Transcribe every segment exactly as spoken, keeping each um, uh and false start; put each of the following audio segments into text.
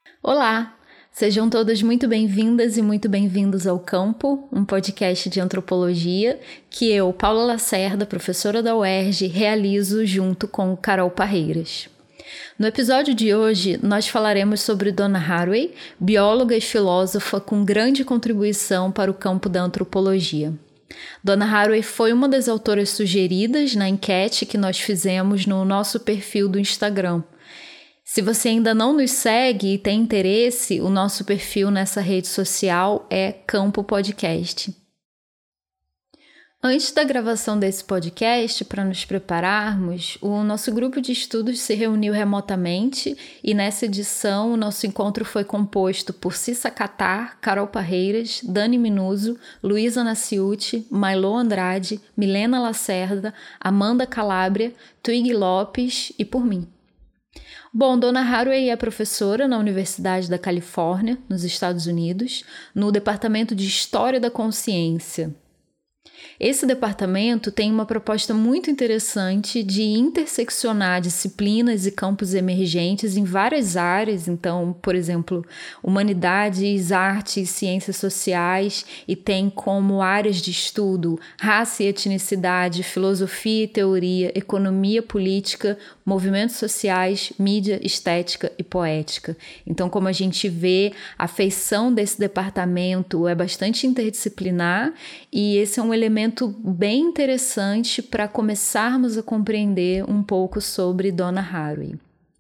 Olá! Sejam todas muito bem-vindas e muito bem-vindos ao Campo, um podcast de antropologia que eu, Paula Lacerda, professora da U E R J, realizo junto com Carol Parreiras. No episódio de hoje, nós falaremos sobre Donna Haraway, bióloga e filósofa com grande contribuição para o campo da antropologia. Donna Haraway foi uma das autoras sugeridas na enquete que nós fizemos no nosso perfil do Instagram. Se você ainda não nos segue e tem interesse, o nosso perfil nessa rede social é Campo Podcast. Antes da gravação desse podcast, para nos prepararmos, o nosso grupo de estudos se reuniu remotamente e nessa edição o nosso encontro foi composto por Cissa Catar, Carol Parreiras, Dani Minuso, Luísa Naciuti, Mailô Andrade, Milena Lacerda, Amanda Calabria, Twig Lopes e por mim. Bom, Donna Haraway é professora na Universidade da Califórnia, nos Estados Unidos, no Departamento de História da Consciência. Esse departamento tem uma proposta muito interessante de interseccionar disciplinas e campos emergentes em várias áreas, então, por exemplo, humanidades, artes, ciências sociais, e tem como áreas de estudo raça e etnicidade, filosofia e teoria, economia política, movimentos sociais, mídia, estética e poética. Então, como a gente vê, a feição desse departamento é bastante interdisciplinar e esse é um elemento bem interessante para começarmos a compreender um pouco sobre Donna Haraway.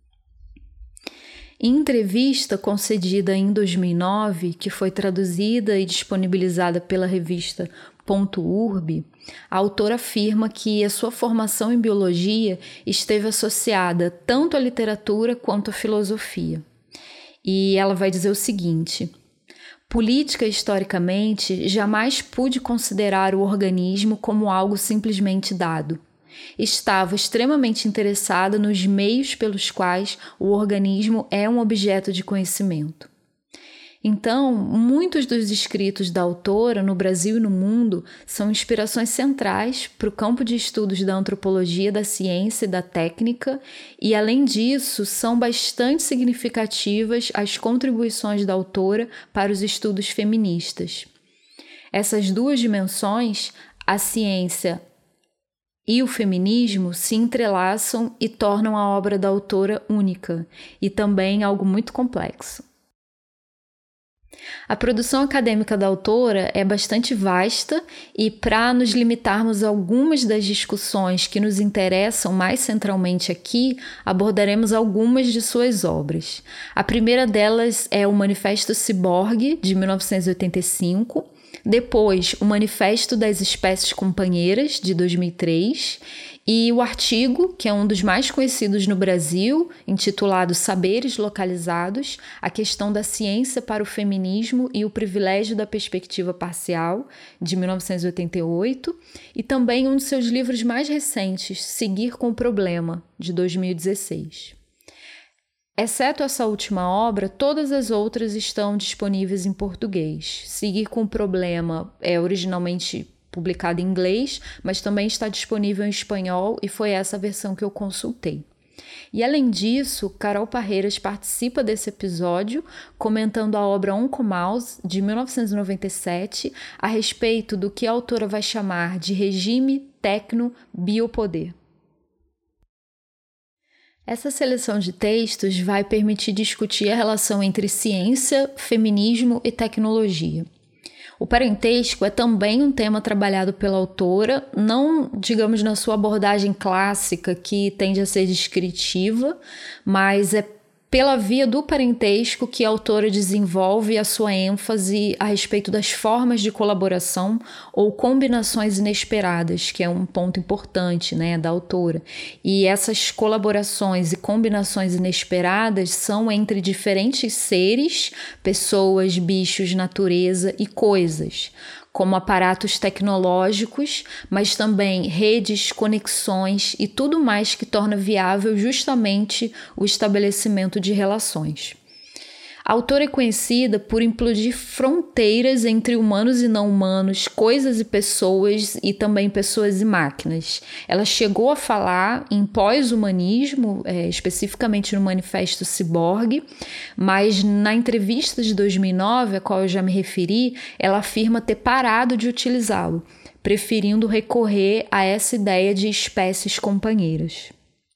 Em entrevista concedida em dois mil e nove, que foi traduzida e disponibilizada pela revista Ponto Urb, a autora afirma que a sua formação em biologia esteve associada tanto à literatura quanto à filosofia. E ela vai dizer o seguinte: política, historicamente, jamais pude considerar o organismo como algo simplesmente dado. Estava extremamente interessada nos meios pelos quais o organismo é um objeto de conhecimento. Então, muitos dos escritos da autora no Brasil e no mundo são inspirações centrais para o campo de estudos da antropologia, da ciência e da técnica, e, além disso, são bastante significativas as contribuições da autora para os estudos feministas. Essas duas dimensões, a ciência e o feminismo, se entrelaçam e tornam a obra da autora única, e também algo muito complexo. A produção acadêmica da autora é bastante vasta e, para nos limitarmos a algumas das discussões que nos interessam mais centralmente aqui, abordaremos algumas de suas obras. A primeira delas é o Manifesto Ciborgue, de mil novecentos e oitenta e cinco, depois o Manifesto das Espécies Companheiras, de dois mil e três, e o artigo, que é um dos mais conhecidos no Brasil, intitulado Saberes Localizados, a questão da ciência para o feminismo e o privilégio da perspectiva parcial, de mil novecentos e oitenta e oito, e também um dos seus livros mais recentes, Seguir com o Problema, de dois mil e dezesseis. Exceto essa última obra, todas as outras estão disponíveis em português. Seguir com o Problema é originalmente publicado em inglês, mas também está disponível em espanhol e foi essa a versão que eu consultei. E além disso, Carol Parreiras participa desse episódio comentando a obra Oncomouse, de mil novecentos e noventa e sete, a respeito do que a autora vai chamar de regime tecno-biopoder. Essa seleção de textos vai permitir discutir a relação entre ciência, feminismo e tecnologia. O parentesco é também um tema trabalhado pela autora, não, digamos, na sua abordagem clássica, que tende a ser descritiva, mas é pela via do parentesco que a autora desenvolve a sua ênfase a respeito das formas de colaboração ou combinações inesperadas, que é um ponto importante, né, da autora. E essas colaborações e combinações inesperadas são entre diferentes seres, pessoas, bichos, natureza e coisas, como aparatos tecnológicos, mas também redes, conexões e tudo mais que torna viável justamente o estabelecimento de relações. A autora é conhecida por implodir fronteiras entre humanos e não humanos, coisas e pessoas e também pessoas e máquinas. Ela chegou a falar em pós-humanismo, é, especificamente no Manifesto Ciborgue, mas na entrevista de dois mil e nove, a qual eu já me referi, ela afirma ter parado de utilizá-lo, preferindo recorrer a essa ideia de espécies companheiras.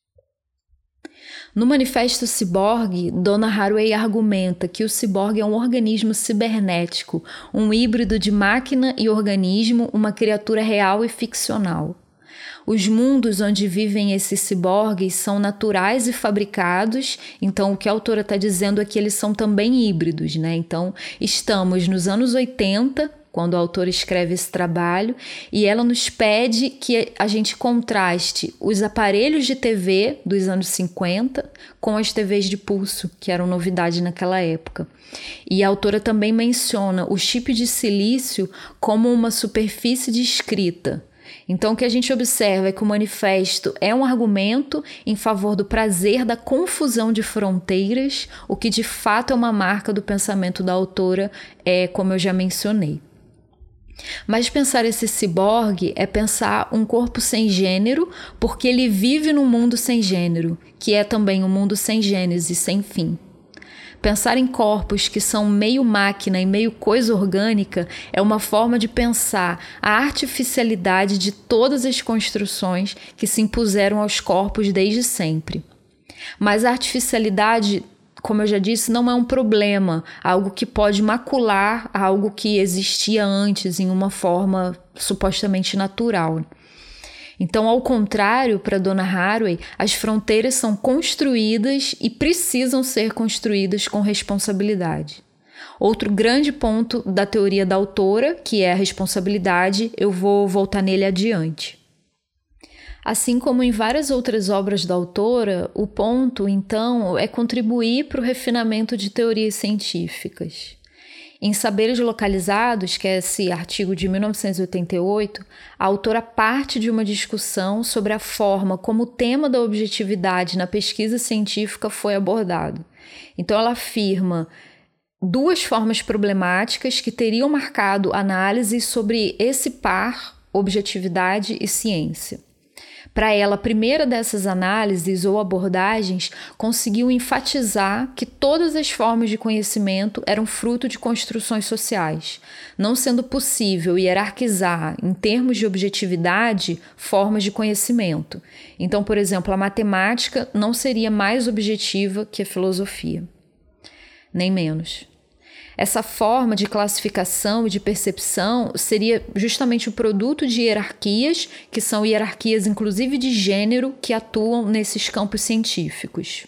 No Manifesto Ciborgue, Donna Haraway argumenta que o ciborgue é um organismo cibernético, um híbrido de máquina e organismo, uma criatura real e ficcional. Os mundos onde vivem esses ciborgues são naturais e fabricados, então o que a autora está dizendo é que eles são também híbridos, né? Então, estamos nos anos oitenta, quando a autora escreve esse trabalho, e ela nos pede que a gente contraste os aparelhos de T V dos anos cinquenta com as T Vs de pulso, que eram novidade naquela época. E a autora também menciona o chip de silício como uma superfície de escrita. Então, o que a gente observa é que o manifesto é um argumento em favor do prazer da confusão de fronteiras, o que de fato é uma marca do pensamento da autora, é, como eu já mencionei. Mas pensar esse ciborgue é pensar um corpo sem gênero, porque ele vive num mundo sem gênero, que é também um mundo sem gênese, sem fim. Pensar em corpos que são meio máquina e meio coisa orgânica é uma forma de pensar a artificialidade de todas as construções que se impuseram aos corpos desde sempre. Mas a artificialidade, como eu já disse, não é um problema, algo que pode macular algo que existia antes em uma forma supostamente natural. Então, ao contrário, para Donna Haraway, as fronteiras são construídas e precisam ser construídas com responsabilidade. Outro grande ponto da teoria da autora, que é a responsabilidade, eu vou voltar nele adiante. Assim como em várias outras obras da autora, o ponto, então, é contribuir para o refinamento de teorias científicas. Em Saberes Localizados, que é esse artigo de mil novecentos e oitenta e oito, a autora parte de uma discussão sobre a forma como o tema da objetividade na pesquisa científica foi abordado. Então, ela afirma duas formas problemáticas que teriam marcado análise sobre esse par, objetividade e ciência. Para ela, a primeira dessas análises ou abordagens conseguiu enfatizar que todas as formas de conhecimento eram fruto de construções sociais, não sendo possível hierarquizar, em termos de objetividade, formas de conhecimento. Então, por exemplo, a matemática não seria mais objetiva que a filosofia, nem menos. Essa forma de classificação e de percepção seria justamente o produto de hierarquias, que são hierarquias inclusive de gênero, que atuam nesses campos científicos.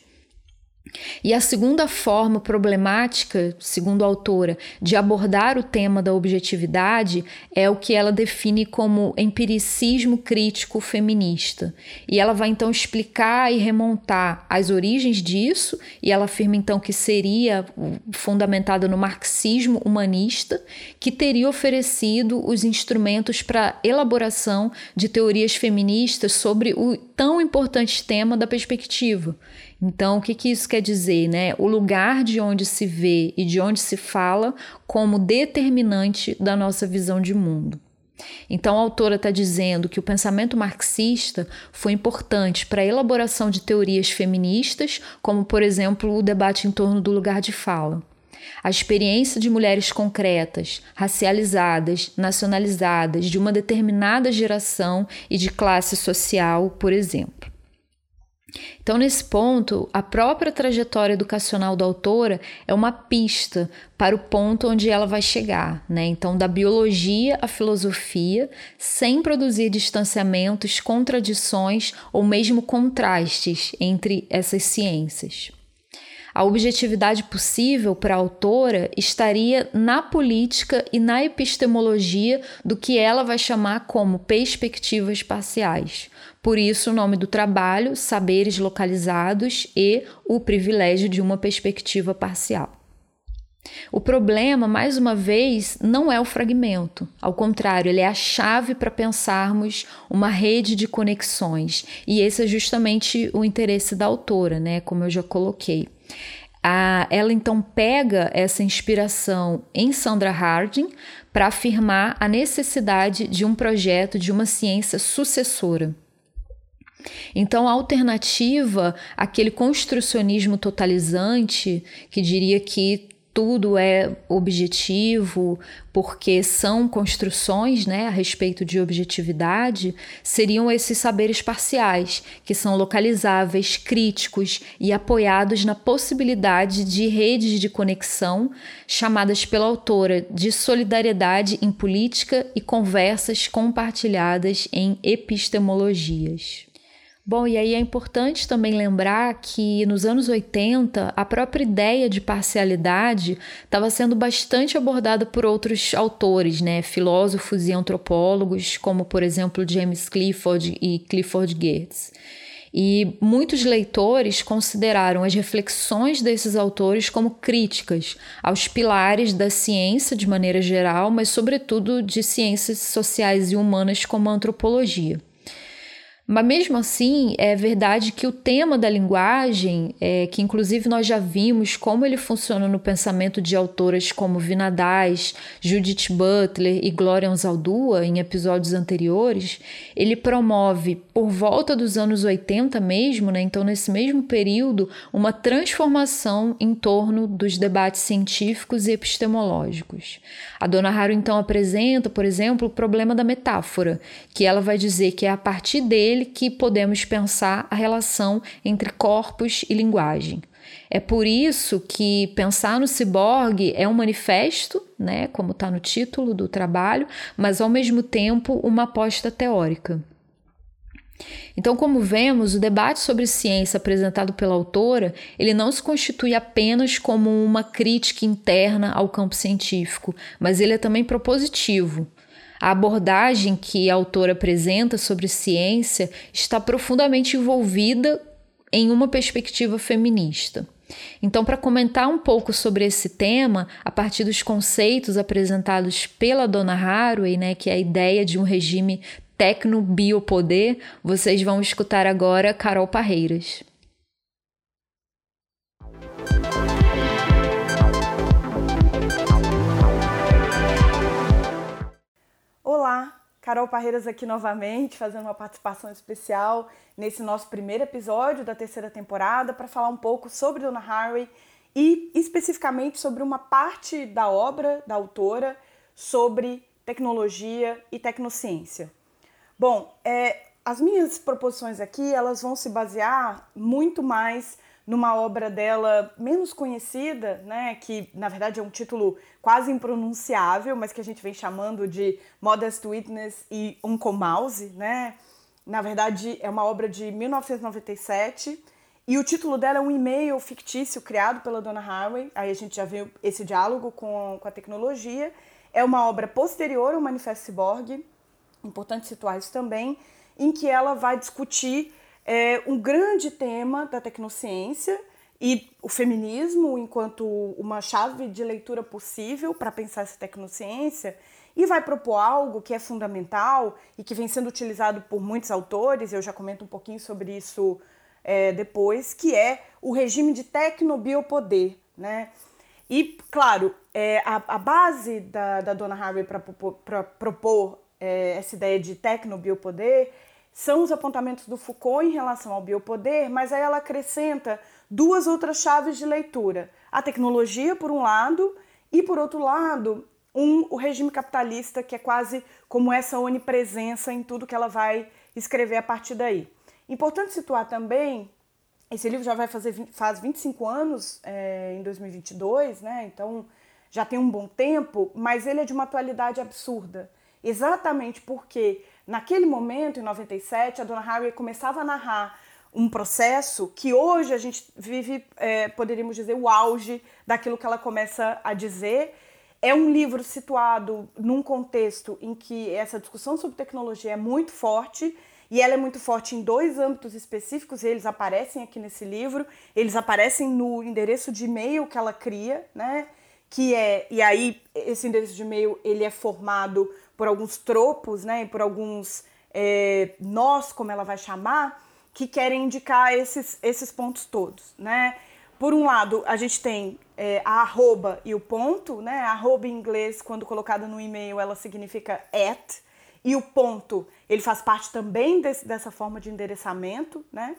E a segunda forma problemática, segundo a autora, de abordar o tema da objetividade é o que ela define como empiricismo crítico feminista. E ela vai então explicar e remontar as origens disso, e ela afirma então que seria fundamentada no marxismo humanista, que teria oferecido os instrumentos para a elaboração de teorias feministas sobre o tão importante tema da perspectiva. Então, o que, que isso quer dizer, né? O lugar de onde se vê e de onde se fala como determinante da nossa visão de mundo. Então, a autora está dizendo que o pensamento marxista foi importante para a elaboração de teorias feministas, como, por exemplo, o debate em torno do lugar de fala. A experiência de mulheres concretas, racializadas, nacionalizadas, de uma determinada geração e de classe social, por exemplo. Então, nesse ponto, a própria trajetória educacional da autora é uma pista para o ponto onde ela vai chegar, né? Então, da biologia à filosofia, sem produzir distanciamentos, contradições ou mesmo contrastes entre essas ciências. A objetividade possível para a autora estaria na política e na epistemologia do que ela vai chamar como perspectivas parciais. Por isso, o nome do trabalho, Saberes Localizados e o privilégio de uma perspectiva parcial. O problema, mais uma vez, não é o fragmento. Ao contrário, ele é a chave para pensarmos uma rede de conexões. E esse é justamente o interesse da autora, né? Como eu já coloquei. A, ela então pega essa inspiração em Sandra Harding para afirmar a necessidade de um projeto de uma ciência sucessora. Então, a alternativa àquele construcionismo totalizante, que diria que tudo é objetivo, porque são construções, né, a respeito de objetividade, seriam esses saberes parciais, que são localizáveis, críticos e apoiados na possibilidade de redes de conexão, chamadas pela autora de solidariedade em política e conversas compartilhadas em epistemologias. Bom, e aí é importante também lembrar que nos anos oitenta a própria ideia de parcialidade estava sendo bastante abordada por outros autores, né, filósofos e antropólogos, como por exemplo James Clifford e Clifford Geertz. E muitos leitores consideraram as reflexões desses autores como críticas aos pilares da ciência de maneira geral, mas sobretudo de ciências sociais e humanas como a antropologia. Mas mesmo assim, é verdade que o tema da linguagem, é, que inclusive nós já vimos como ele funciona no pensamento de autoras como Vinadais, Judith Butler e Gloria Anzaldúa em episódios anteriores, ele promove, por volta dos anos oitenta mesmo, né, então nesse mesmo período, uma transformação em torno dos debates científicos e epistemológicos. A Donna Haraway então apresenta, por exemplo, o problema da metáfora, que ela vai dizer que é a partir dele que podemos pensar a relação entre corpos e linguagem. É por isso que pensar no ciborgue é um manifesto, né, como está no título do trabalho, mas ao mesmo tempo uma aposta teórica. Então, como vemos, o debate sobre ciência apresentado pela autora, ele não se constitui apenas como uma crítica interna ao campo científico, mas ele é também propositivo. A abordagem que a autora apresenta sobre ciência está profundamente envolvida em uma perspectiva feminista. Então, para comentar um pouco sobre esse tema, a partir dos conceitos apresentados pela Donna Haraway, né, que é a ideia de um regime tecno-biopoder, vocês vão escutar agora Carol Parreiras. Olá, Carol Parreiras aqui novamente, fazendo uma participação especial nesse nosso primeiro episódio da terceira temporada para falar um pouco sobre Donna Haraway e especificamente sobre uma parte da obra da autora sobre tecnologia e tecnociência. Bom, é, as minhas proposições aqui elas vão se basear muito mais numa obra dela menos conhecida, né, que na verdade é um título quase impronunciável, mas que a gente vem chamando de Modest Witness e Uncomouse, né? Na verdade é uma obra de mil novecentos e noventa e sete e o título dela é um e-mail fictício criado pela Donna Haraway, aí a gente já viu esse diálogo com, com a tecnologia. É uma obra posterior ao Manifesto Ciborgue, importante situar isso também, em que ela vai discutir É um grande tema da tecnociência e o feminismo enquanto uma chave de leitura possível para pensar essa tecnociência, e vai propor algo que é fundamental e que vem sendo utilizado por muitos autores, eu já comento um pouquinho sobre isso é, depois, que é o regime de tecnobiopoder, né? E, claro, é, a, a base da, da Donna Haraway para propor é, essa ideia de tecnobiopoder são os apontamentos do Foucault em relação ao biopoder, mas aí ela acrescenta duas outras chaves de leitura. A tecnologia, por um lado, e, por outro lado, um, o regime capitalista, que é quase como essa onipresença em tudo que ela vai escrever a partir daí. Importante situar também, esse livro já vai fazer faz vinte e cinco anos, é, em dois mil e vinte e dois, né? Então já tem um bom tempo, mas ele é de uma atualidade absurda. Exatamente porque naquele momento, em noventa e sete, a Donna Haraway começava a narrar um processo que hoje a gente vive, é, poderíamos dizer, o auge daquilo que ela começa a dizer. É um livro situado num contexto em que essa discussão sobre tecnologia é muito forte, e ela é muito forte em dois âmbitos específicos, e eles aparecem aqui nesse livro, eles aparecem no endereço de e-mail que ela cria, né? Que é, e aí esse endereço de e-mail ele é formado por alguns tropos, né, e por alguns é, nós, como ela vai chamar, que querem indicar esses, esses pontos todos, né? por um lado, a gente tem é, a arroba e o ponto, né? A arroba em inglês, quando colocada no e-mail, ela significa at, e o ponto, ele faz parte também desse, dessa forma de endereçamento, né?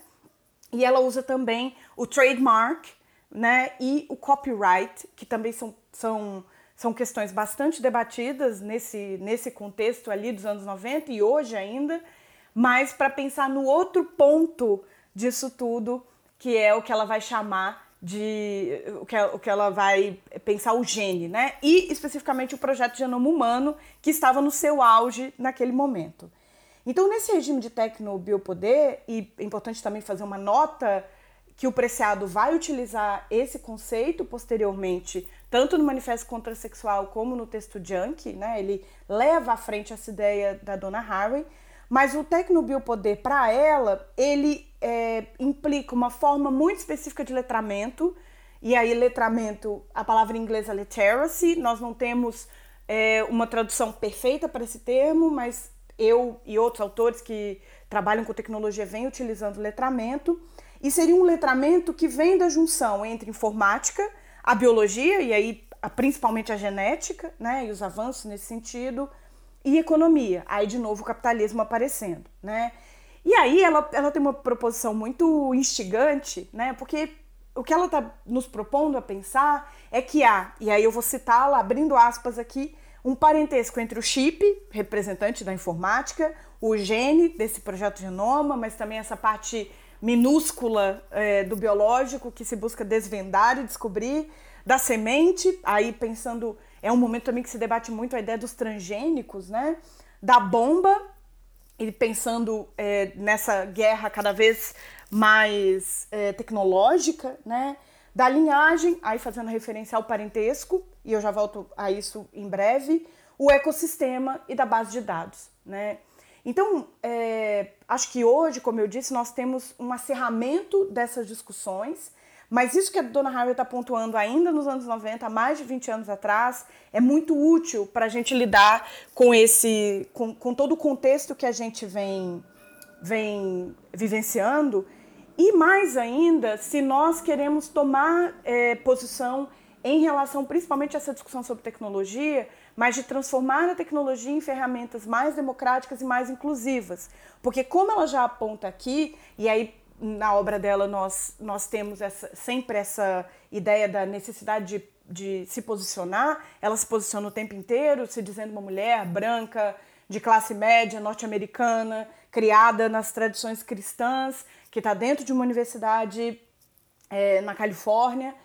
E ela usa também o trademark, né? E o copyright, que também são, são, são questões bastante debatidas nesse, nesse contexto ali dos anos noventa e hoje ainda, mas para pensar no outro ponto disso tudo, que é o que ela vai chamar de o que, o que ela vai pensar o gene, né? E especificamente o projeto Genoma Humano, que estava no seu auge naquele momento. Então, nesse regime de tecnobiopoder, e é importante também fazer uma nota que o Preciado vai utilizar esse conceito posteriormente, tanto no Manifesto Contrasexual como no texto Junk, né? Ele leva à frente essa ideia da Donna Haraway, mas o tecnobiopoder, para ela, ele é, implica uma forma muito específica de letramento, e aí letramento, a palavra em inglês é literacy, nós não temos é, uma tradução perfeita para esse termo, mas eu e outros autores que trabalham com tecnologia vêm utilizando letramento, e seria um letramento que vem da junção entre informática, a biologia, e aí principalmente a genética, né, e os avanços nesse sentido, e economia, aí de novo o capitalismo aparecendo, né? E aí ela, ela tem uma proposição muito instigante, né? Porque o que ela está nos propondo a pensar é que há, e aí eu vou citá-la, abrindo aspas aqui, um parentesco entre o chip, representante da informática, o gene desse projeto Genoma, mas também essa parte minúscula é, do biológico que se busca desvendar e descobrir, da semente, aí pensando... É um momento também que se debate muito a ideia dos transgênicos, né? Da bomba, e pensando é, nessa guerra cada vez mais é, tecnológica, né? Da linhagem, aí fazendo referência ao parentesco, e eu já volto a isso em breve, o ecossistema e da base de dados, né? Então, é, acho que hoje, como eu disse, nós temos um acerramento dessas discussões, mas isso que a Donna Haraway está pontuando ainda nos anos noventa, há mais de vinte anos atrás, é muito útil para a gente lidar com, esse, com, com todo o contexto que a gente vem, vem vivenciando. E mais ainda, se nós queremos tomar é, posição em relação principalmente a essa discussão sobre tecnologia, mas de transformar a tecnologia em ferramentas mais democráticas e mais inclusivas. Porque como ela já aponta aqui, e aí na obra dela nós, nós temos essa, sempre essa ideia da necessidade de, de se posicionar, ela se posiciona o tempo inteiro, se dizendo uma mulher branca, de classe média, norte-americana, criada nas tradições cristãs, que está dentro de uma universidade é, na Califórnia.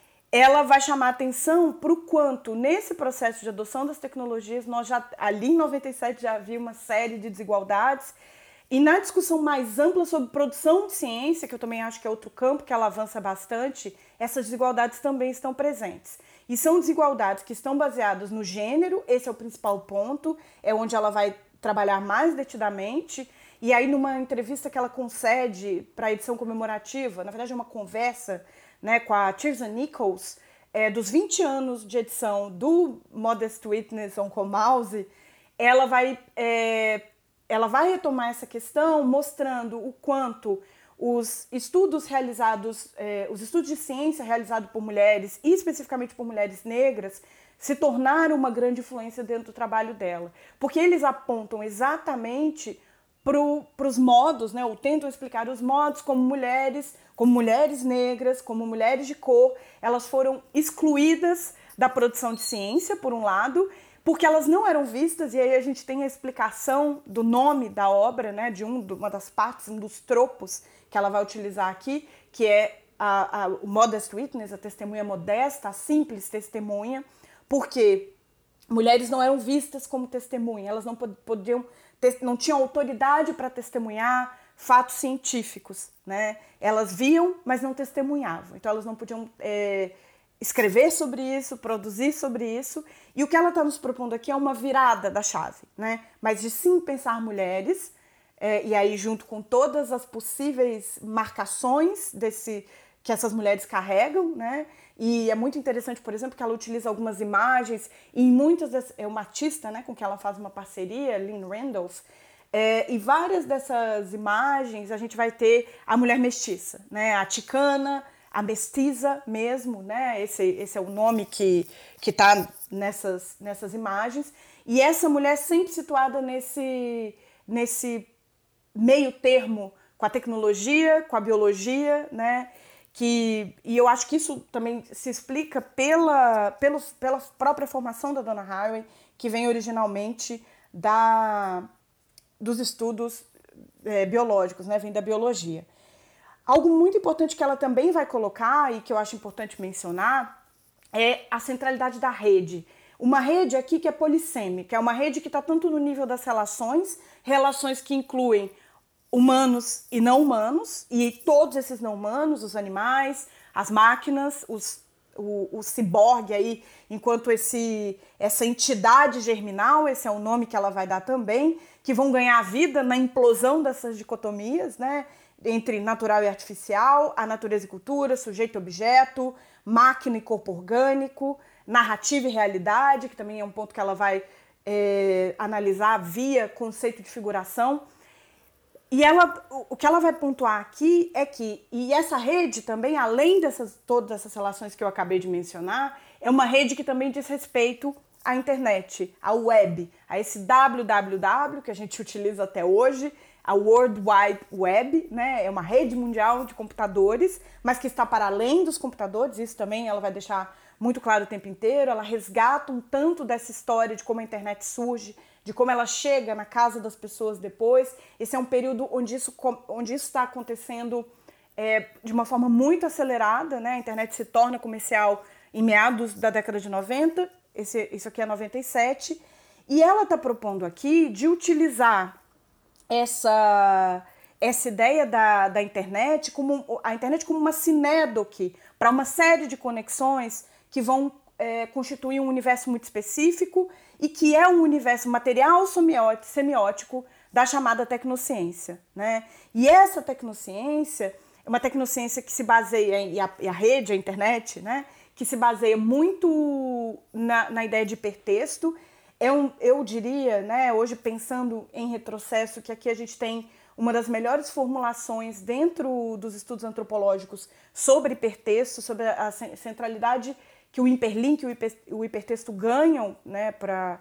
Ela vai chamar atenção para o quanto, nesse processo de adoção das tecnologias, nós já, ali em noventa e sete já havia uma série de desigualdades. E na discussão mais ampla sobre produção de ciência, que eu também acho que é outro campo que ela avança bastante, essas desigualdades também estão presentes. E são desigualdades que estão baseadas no gênero, esse é o principal ponto, é onde ela vai trabalhar mais detidamente. E aí, numa entrevista que ela concede para a edição comemorativa, na verdade é uma conversa, né, com a Tirza Nichols, é, dos vinte anos de edição do Modest Witness on Comouse, ela vai... É, Ela vai retomar essa questão mostrando o quanto os estudos realizados, eh, os estudos de ciência realizados por mulheres, e especificamente por mulheres negras, se tornaram uma grande influência dentro do trabalho dela. Porque eles apontam exatamente para os modos, né, ou tentam explicar os modos como mulheres, como mulheres negras, como mulheres de cor, elas foram excluídas da produção de ciência, por um lado, porque elas não eram vistas, e aí a gente tem a explicação do nome da obra, né, de, um, de uma das partes, um dos tropos que ela vai utilizar aqui, que é a, a, o Modest Witness, a testemunha modesta, a simples testemunha, porque mulheres não eram vistas como testemunha, elas não podiam, não tinham autoridade para testemunhar fatos científicos, né? Elas viam, mas não testemunhavam, então elas não podiam... É, escrever sobre isso, produzir sobre isso, e o que ela está nos propondo aqui é uma virada da chave, né? Mas de sim pensar mulheres, é, e aí junto com todas as possíveis marcações desse, que essas mulheres carregam, né? E é muito interessante, por exemplo, que ela utiliza algumas imagens, e em muitas das, é uma artista, né, com que ela faz uma parceria, Lynn Randolph, é, e várias dessas imagens a gente vai ter a mulher mestiça, né? A ticana, a mestiça mesmo, né? Esse, esse é o nome que está nessas, nessas imagens. E essa mulher sempre situada nesse, nesse meio termo com a tecnologia, com a biologia, né? Que, e eu acho que isso também se explica pela, pelos, pela própria formação da Donna Haraway, que vem originalmente da, dos estudos é, biológicos, né? Vem da biologia. Algo muito importante que ela também vai colocar, e que eu acho importante mencionar, é a centralidade da rede. Uma rede aqui que é polissêmica, é uma rede que está tanto no nível das relações, relações que incluem humanos e não humanos, e todos esses não humanos, os animais, as máquinas, os, o, o ciborgue aí, enquanto esse, essa entidade germinal, esse é o nome que ela vai dar também, que vão ganhar vida na implosão dessas dicotomias, né? Entre natural e artificial, a natureza e cultura, sujeito e objeto, máquina e corpo orgânico, narrativa e realidade, que também é um ponto que ela vai é, analisar via conceito de figuração. E ela, o que ela vai pontuar aqui é que, e essa rede também, além dessas todas essas relações que eu acabei de mencionar, é uma rede que também diz respeito à internet, à web, a esse W W W que a gente utiliza até hoje, a World Wide Web, né? É uma rede mundial de computadores, mas que está para além dos computadores, isso também ela vai deixar muito claro o tempo inteiro. Ela resgata um tanto dessa história de como a internet surge, de como ela chega na casa das pessoas depois. Esse é um período onde isso, onde isso está acontecendo é, de uma forma muito acelerada, né? A internet se torna comercial em meados da década de noventa, esse, isso aqui é noventa e sete, e ela está propondo aqui de utilizar essa, essa ideia da, da internet, como, a internet como uma sinédoque para uma série de conexões que vão é, constituir um universo muito específico e que é um universo material semiótico da chamada tecnociência, né? E essa tecnociência é uma tecnociência que se baseia, em, e, a, e a rede, a internet, né? Que se baseia muito na, na ideia de hipertexto. É um, eu diria, né, hoje pensando em retrocesso, que aqui a gente tem uma das melhores formulações dentro dos estudos antropológicos sobre hipertexto, sobre a centralidade que o hiperlink e o, hiper, o hipertexto ganham, né, para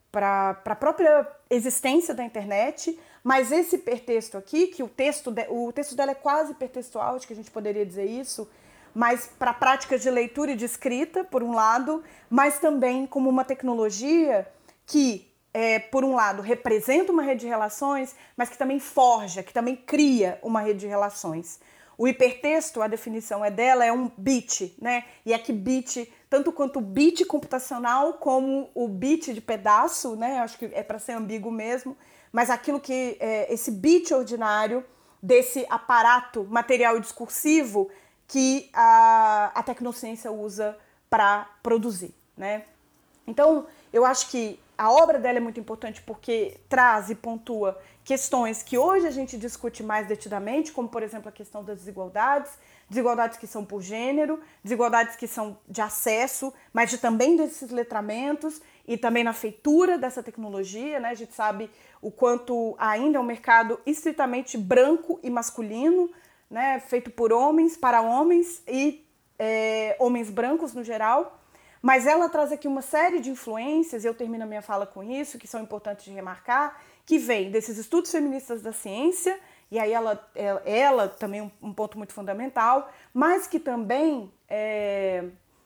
a própria existência da internet. Mas esse hipertexto aqui, que o texto, de, o texto dela é quase hipertextual, acho que a gente poderia dizer isso, mas para práticas de leitura e de escrita, por um lado, mas também como uma tecnologia que, é, por um lado, representa uma rede de relações, mas que também forja, que também cria uma rede de relações. O hipertexto, a definição é dela, é um bit, né? E aqui bit, tanto quanto o bit computacional, como o bit de pedaço, né? Acho que é para ser ambíguo mesmo, mas aquilo que, é, esse bit ordinário desse aparato material e discursivo que a, a tecnociência usa para produzir, né? Então, eu acho que a obra dela é muito importante porque traz e pontua questões que hoje a gente discute mais detidamente, como, por exemplo, a questão das desigualdades, desigualdades que são por gênero, desigualdades que são de acesso, mas de, também desses letramentos e também na feitura dessa tecnologia, né? A gente sabe o quanto ainda é um mercado estritamente branco e masculino, né? Feito por homens, para homens e é, homens brancos no geral. Mas ela traz aqui uma série de influências, e eu termino a minha fala com isso, que são importantes de remarcar, que vem desses estudos feministas da ciência, e aí ela, ela, ela também um, um ponto muito fundamental, mas que também é,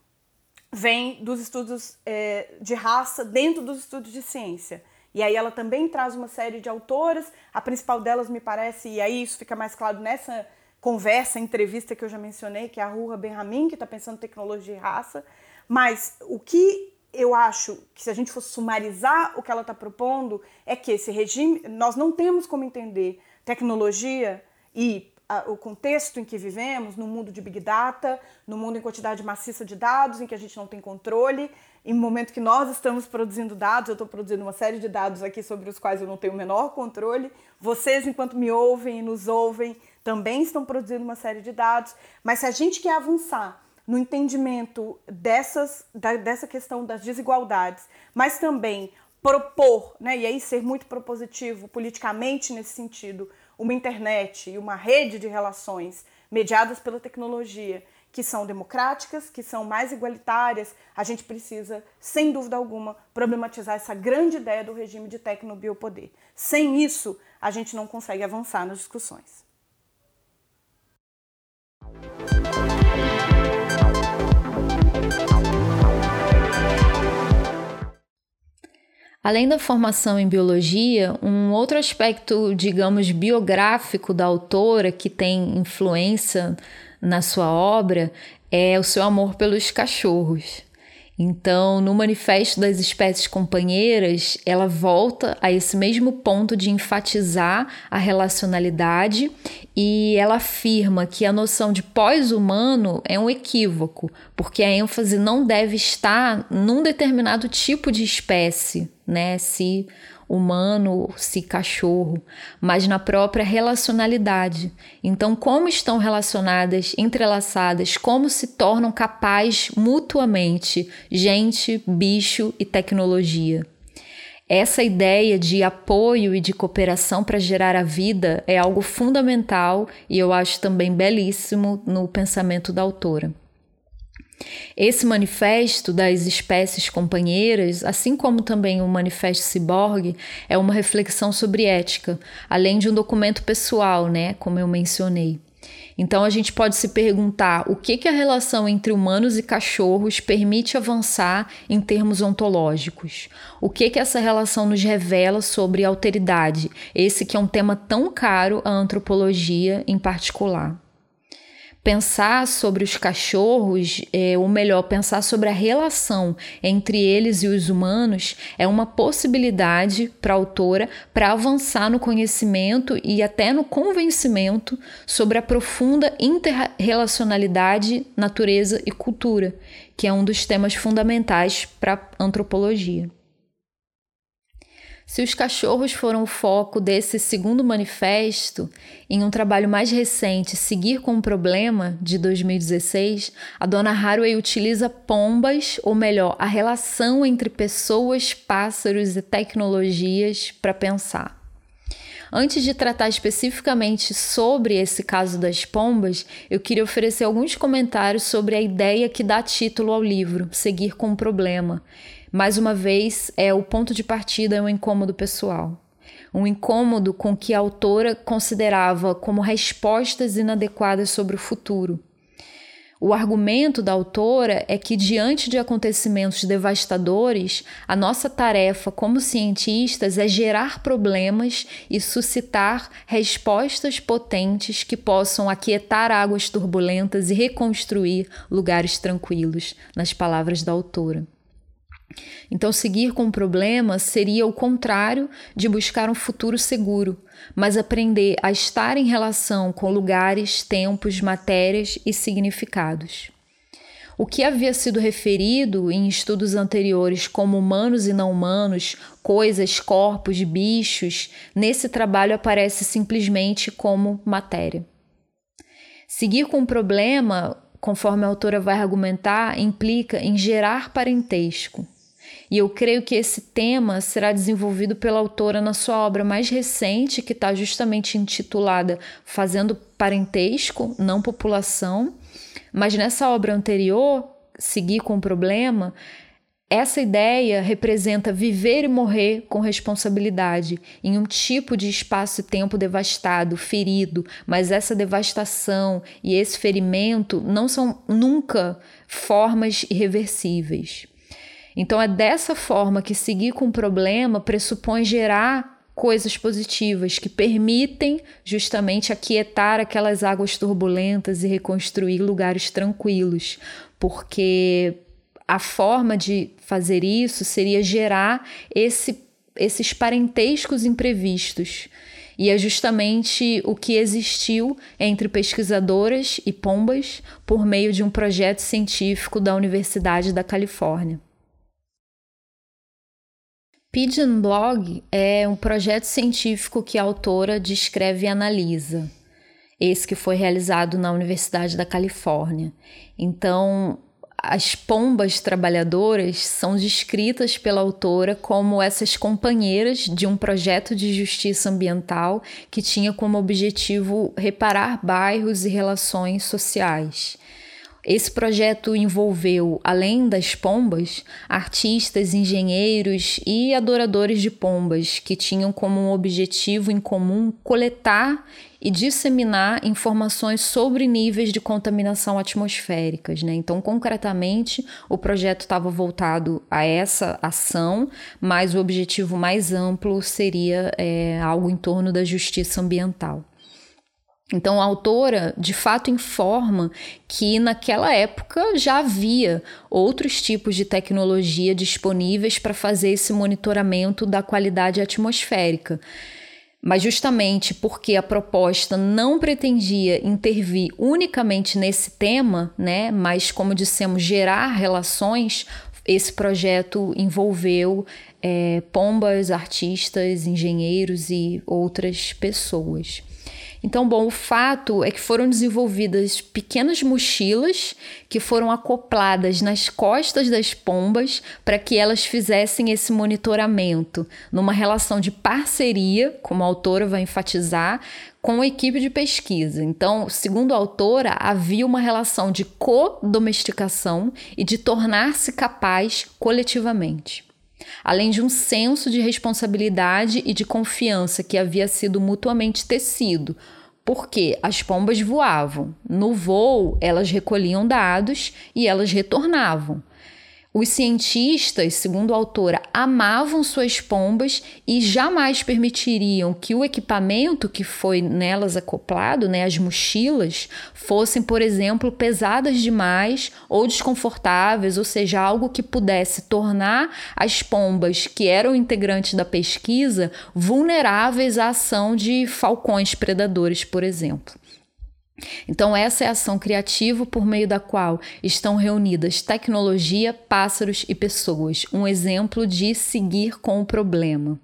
vem dos estudos é, de raça dentro dos estudos de ciência. E aí ela também traz uma série de autoras, a principal delas me parece, e aí isso fica mais claro nessa conversa, entrevista que eu já mencionei, que é a Ruha Benjamin, que está pensando em tecnologia e raça. Mas o que eu acho que, se a gente fosse sumarizar o que ela está propondo, é que esse regime, nós não temos como entender tecnologia e a, o contexto em que vivemos, no mundo de Big Data, no mundo em quantidade maciça de dados, em que a gente não tem controle, em momento que nós estamos produzindo dados, eu estou produzindo uma série de dados aqui sobre os quais eu não tenho o menor controle, vocês, enquanto me ouvem e nos ouvem, também estão produzindo uma série de dados, mas se a gente quer avançar no entendimento dessas, da, dessa questão das desigualdades, mas também propor, né, e aí ser muito propositivo politicamente nesse sentido, uma internet e uma rede de relações mediadas pela tecnologia que são democráticas, que são mais igualitárias, a gente precisa, sem dúvida alguma, problematizar essa grande ideia do regime de tecnobiopoder. Sem isso, a gente não consegue avançar nas discussões. Além da formação em biologia, um outro aspecto, digamos, biográfico da autora que tem influência na sua obra é o seu amor pelos cachorros. Então, no Manifesto das Espécies Companheiras, ela volta a esse mesmo ponto de enfatizar a relacionalidade e ela afirma que a noção de pós-humano é um equívoco, porque a ênfase não deve estar num determinado tipo de espécie, né? Se humano, se cachorro, mas na própria relacionalidade. Então, como estão relacionadas, entrelaçadas, como se tornam capazes mutuamente, gente, bicho e tecnologia. Essa ideia de apoio e de cooperação para gerar a vida é algo fundamental e eu acho também belíssimo no pensamento da autora. Esse manifesto das espécies companheiras, assim como também o Manifesto Ciborgue, é uma reflexão sobre ética, além de um documento pessoal, né, como eu mencionei. Então a gente pode se perguntar o que, que a relação entre humanos e cachorros permite avançar em termos ontológicos. O que, que essa relação nos revela sobre alteridade, esse que é um tema tão caro à antropologia em particular. Pensar sobre os cachorros, é, ou melhor, pensar sobre a relação entre eles e os humanos é uma possibilidade para a autora para avançar no conhecimento e até no convencimento sobre a profunda interrelacionalidade, natureza e cultura, que é um dos temas fundamentais para a antropologia. Se os cachorros foram o foco desse segundo manifesto, em um trabalho mais recente, Seguir com o Problema, de dois mil e dezesseis, a dona Haraway utiliza pombas, ou melhor, a relação entre pessoas, pássaros e tecnologias para pensar. Antes de tratar especificamente sobre esse caso das pombas, eu queria oferecer alguns comentários sobre a ideia que dá título ao livro, Seguir com o Problema. Mais uma vez, é o ponto de partida é um incômodo pessoal. Um incômodo com que a autora considerava como respostas inadequadas sobre o futuro. O argumento da autora é que, diante de acontecimentos devastadores, a nossa tarefa como cientistas é gerar problemas e suscitar respostas potentes que possam aquietar águas turbulentas e reconstruir lugares tranquilos, nas palavras da autora. Então, seguir com o problema seria o contrário de buscar um futuro seguro, mas aprender a estar em relação com lugares, tempos, matérias e significados. O que havia sido referido em estudos anteriores como humanos e não humanos, coisas, corpos, bichos, nesse trabalho aparece simplesmente como matéria. Seguir com o problema, conforme a autora vai argumentar, implica em gerar parentesco. E eu creio que esse tema será desenvolvido pela autora na sua obra mais recente, que está justamente intitulada Fazendo Parentesco, Não População. Mas nessa obra anterior, Seguir com o Problema, essa ideia representa viver e morrer com responsabilidade, em um tipo de espaço e tempo devastado, ferido, mas essa devastação e esse ferimento não são nunca formas irreversíveis. Então é dessa forma que seguir com o problema pressupõe gerar coisas positivas que permitem justamente aquietar aquelas águas turbulentas e reconstruir lugares tranquilos, porque a forma de fazer isso seria gerar esse, esses parentescos imprevistos. E é justamente o que existiu entre pesquisadoras e pombas por meio de um projeto científico da Universidade da Califórnia. Pigeon Blog é um projeto científico que a autora descreve e analisa. Esse que foi realizado na Universidade da Califórnia. Então, as pombas trabalhadoras são descritas pela autora como essas companheiras de um projeto de justiça ambiental que tinha como objetivo reparar bairros e relações sociais. Esse projeto envolveu, além das pombas, artistas, engenheiros e adoradores de pombas que tinham como um objetivo em comum coletar e disseminar informações sobre níveis de contaminação atmosféricas, né? Então, concretamente, o projeto estava voltado a essa ação, mas o objetivo mais amplo seria é, algo em torno da justiça ambiental. Então, a autora, de fato, informa que naquela época já havia outros tipos de tecnologia disponíveis para fazer esse monitoramento da qualidade atmosférica. Mas justamente porque a proposta não pretendia intervir unicamente nesse tema, né, mas, como dissemos, gerar relações, esse projeto envolveu é, pombas, artistas, engenheiros e outras pessoas. Então, bom, o fato é que foram desenvolvidas pequenas mochilas que foram acopladas nas costas das pombas para que elas fizessem esse monitoramento numa relação de parceria, como a autora vai enfatizar, com a equipe de pesquisa. Então, segundo a autora, havia uma relação de co-domesticação e de tornar-se capaz coletivamente, além de um senso de responsabilidade e de confiança que havia sido mutuamente tecido, porque as pombas voavam. No voo, elas recolhiam dados e elas retornavam. Os cientistas, segundo a autora, amavam suas pombas e jamais permitiriam que o equipamento que foi nelas acoplado, né, as mochilas, fossem, por exemplo, pesadas demais ou desconfortáveis, ou seja, algo que pudesse tornar as pombas que eram integrantes da pesquisa vulneráveis à ação de falcões predadores, por exemplo. Então, essa é a ação criativa por meio da qual estão reunidas tecnologia, pássaros e pessoas, um exemplo de seguir com o problema.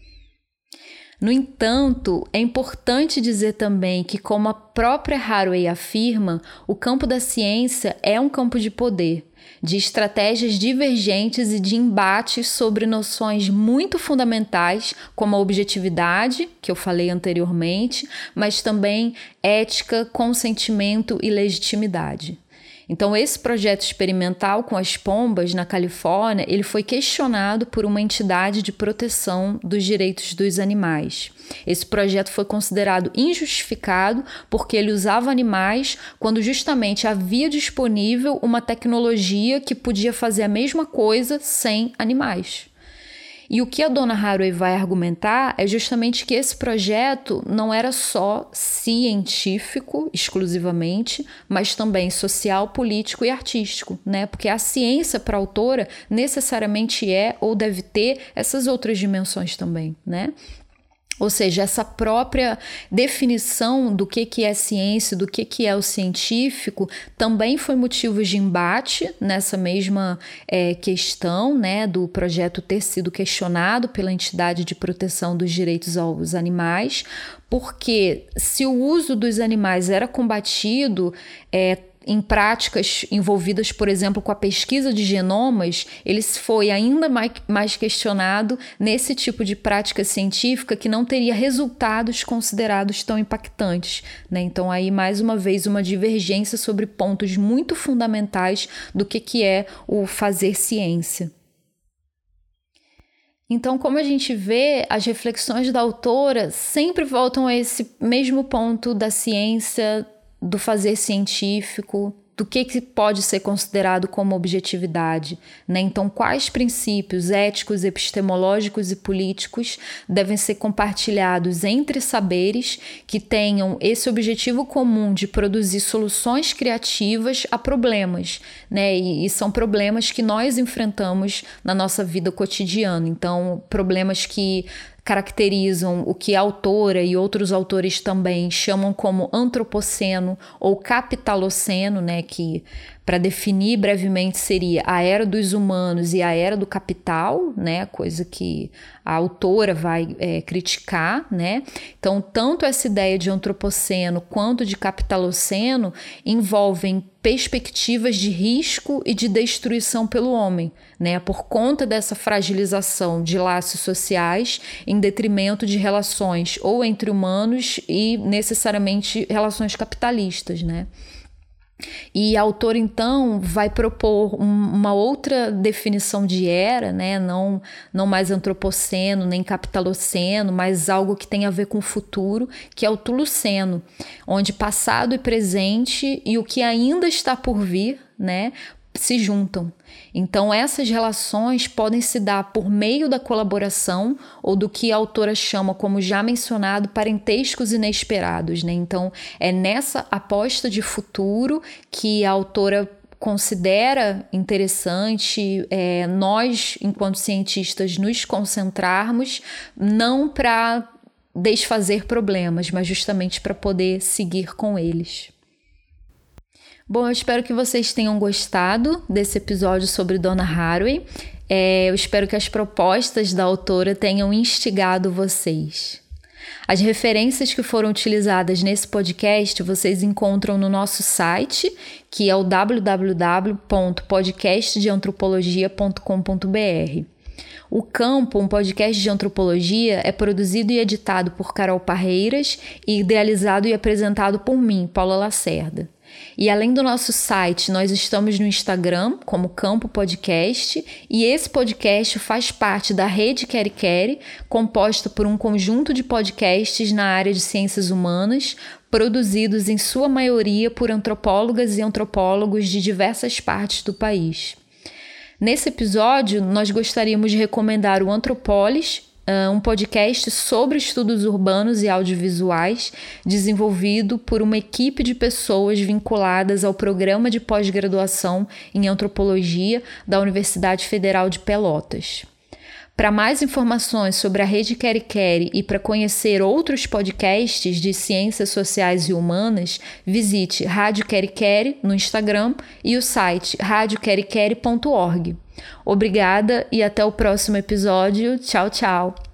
No entanto, é importante dizer também que, como a própria Haraway afirma, o campo da ciência é um campo de poder, de estratégias divergentes e de embates sobre noções muito fundamentais, como a objetividade, que eu falei anteriormente, mas também ética, consentimento e legitimidade. Então, esse projeto experimental com as pombas na Califórnia, ele foi questionado por uma entidade de proteção dos direitos dos animais. Esse projeto foi considerado injustificado porque ele usava animais quando justamente havia disponível uma tecnologia que podia fazer a mesma coisa sem animais. E o que a dona Haraway vai argumentar é justamente que esse projeto não era só científico exclusivamente, mas também social, político e artístico, né? Porque a ciência, para a autora, necessariamente é ou deve ter essas outras dimensões também, né? Ou seja, essa própria definição do que, que é ciência, do que, que é o científico, também foi motivo de embate nessa mesma é, questão, né, do projeto ter sido questionado pela entidade de proteção dos direitos aos animais, porque se o uso dos animais era combatido, é, em práticas envolvidas, por exemplo, com a pesquisa de genomas, ele foi ainda mais, mais questionado nesse tipo de prática científica que não teria resultados considerados tão impactantes, né? Então, aí, mais uma vez, uma divergência sobre pontos muito fundamentais do que, que é o fazer ciência. Então, como a gente vê, as reflexões da autora sempre voltam a esse mesmo ponto da ciência, do fazer científico, do que, que pode ser considerado como objetividade, né? Então, quais princípios éticos, epistemológicos e políticos devem ser compartilhados entre saberes que tenham esse objetivo comum de produzir soluções criativas a problemas, né? E, e são problemas que nós enfrentamos na nossa vida cotidiana. Então, problemas que caracterizam o que a autora e outros autores também chamam como antropoceno ou capitaloceno, né, que para definir brevemente seria a era dos humanos e a era do capital, né, coisa que a autora vai é, criticar, né? Então, tanto essa ideia de antropoceno quanto de capitaloceno envolvem perspectivas de risco e de destruição pelo homem, né, por conta dessa fragilização de laços sociais em detrimento de relações ou entre humanos e necessariamente relações capitalistas, né? E a autora, então, vai propor um, uma outra definição de era, né? não, não mais antropoceno, nem capitaloceno, mas algo que tem a ver com o futuro, que é o Tuluceno, onde passado e presente e o que ainda está por vir, né, se juntam. Então, essas relações podem se dar por meio da colaboração ou do que a autora chama, como já mencionado, parentescos inesperados, né? Então, é nessa aposta de futuro que a autora considera interessante é, nós, enquanto cientistas, nos concentrarmos, não para desfazer problemas, mas justamente para poder seguir com eles. Bom, eu espero que vocês tenham gostado desse episódio sobre Donna Haraway. É, eu espero que as propostas da autora tenham instigado vocês. As referências que foram utilizadas nesse podcast vocês encontram no nosso site, que é o w w w ponto podcast de antropologia ponto com ponto b r. O Campo, um podcast de antropologia, é produzido e editado por Carol Parreiras e idealizado e apresentado por mim, Paula Lacerda. E além do nosso site, nós estamos no Instagram como Campo Podcast, e esse podcast faz parte da Rede Quere Quere, composta por um conjunto de podcasts na área de ciências humanas, produzidos em sua maioria por antropólogas e antropólogos de diversas partes do país. Nesse episódio, nós gostaríamos de recomendar o Antropólis, um podcast sobre estudos urbanos e audiovisuais, desenvolvido por uma equipe de pessoas vinculadas ao programa de pós-graduação em antropologia da Universidade Federal de Pelotas. Para mais informações sobre a Rede Quere Quere e para conhecer outros podcasts de ciências sociais e humanas, visite Rádio Quere Quere no Instagram e o site rádio quere quere ponto org. Obrigada e até o próximo episódio. Tchau, tchau!